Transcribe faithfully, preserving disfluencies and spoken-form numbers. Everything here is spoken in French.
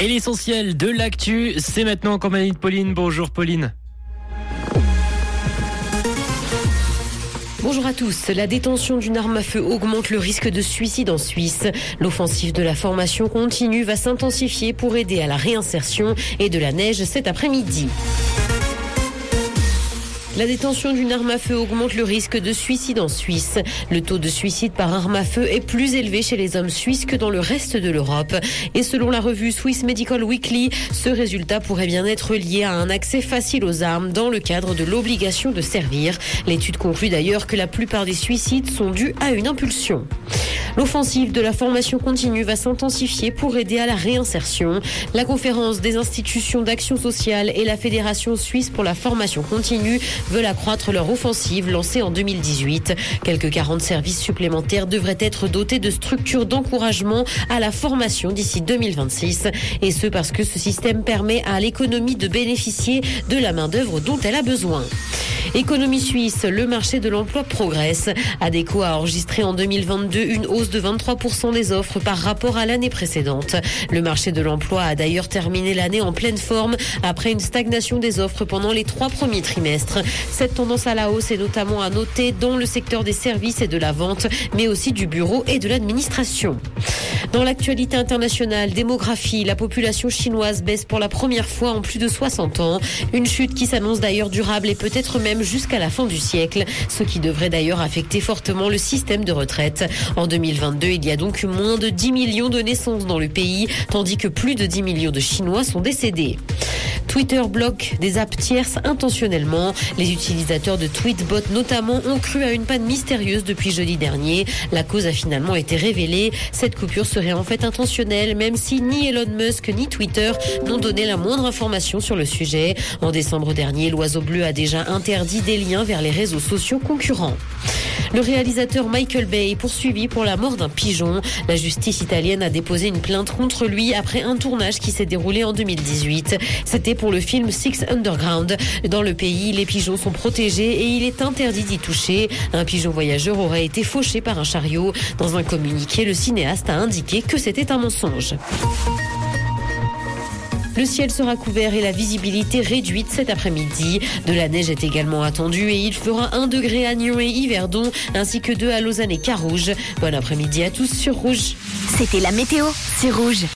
Et l'essentiel de l'actu, c'est maintenant en compagnie de Pauline. Bonjour Pauline. Bonjour à tous. La détention d'une arme à feu augmente le risque de suicide en Suisse. L'offensive de la formation continue va s'intensifier pour aider à la réinsertion et de la neige cet après-midi. La détention d'une arme à feu augmente le risque de suicide en Suisse. Le taux de suicide par arme à feu est plus élevé chez les hommes suisses que dans le reste de l'Europe. Et selon la revue Swiss Medical Weekly, ce résultat pourrait bien être lié à un accès facile aux armes dans le cadre de l'obligation de servir. L'étude conclut d'ailleurs que la plupart des suicides sont dus à une impulsion. L'offensive de la formation continue va s'intensifier pour aider à la réinsertion. La conférence des institutions d'action sociale et la Fédération suisse pour la formation continue veulent accroître leur offensive lancée en deux mille dix-huit. Quelques quarante services supplémentaires devraient être dotés de structures d'encouragement à la formation d'ici deux mille vingt-six. Et ce parce que ce système permet à l'économie de bénéficier de la main-d'œuvre dont elle a besoin. Économie suisse, le marché de l'emploi progresse. Adecco a enregistré en deux mille vingt-deux une hausse de vingt-trois pour cent des offres par rapport à l'année précédente. Le marché de l'emploi a d'ailleurs terminé l'année en pleine forme après une stagnation des offres pendant les trois premiers trimestres. Cette tendance à la hausse est notamment à noter dans le secteur des services et de la vente, mais aussi du bureau et de l'administration. Dans l'actualité internationale, démographie, la population chinoise baisse pour la première fois en plus de soixante ans. Une chute qui s'annonce d'ailleurs durable et peut-être même jusqu'à la fin du siècle, ce qui devrait d'ailleurs affecter fortement le système de retraite. En deux mille vingt-deux, il y a donc eu moins de dix millions de naissances dans le pays, tandis que plus de dix millions de Chinois sont décédés. Twitter bloque des apps tierces intentionnellement. Les utilisateurs de Tweetbot notamment ont cru à une panne mystérieuse depuis jeudi dernier. La cause a finalement été révélée. Cette coupure serait en fait intentionnelle, même si ni Elon Musk ni Twitter n'ont donné la moindre information sur le sujet. En décembre dernier, l'Oiseau Bleu a déjà interdit des liens vers les réseaux sociaux concurrents. Le réalisateur Michael Bay est poursuivi pour la mort d'un pigeon. La justice italienne a déposé une plainte contre lui après un tournage qui s'est déroulé en deux mille dix-huit. C'était pour le film Six Underground. Dans le pays, les pigeons sont protégés et il est interdit d'y toucher. Un pigeon voyageur aurait été fauché par un chariot. Dans un communiqué, le cinéaste a indiqué que c'était un mensonge. Le ciel sera couvert et la visibilité réduite cet après-midi. De la neige est également attendue et il fera un degré à Nyon et Yverdon, ainsi que deux à Lausanne et Carouge. Bon après-midi à tous sur Rouge. C'était la météo, c'est Rouge.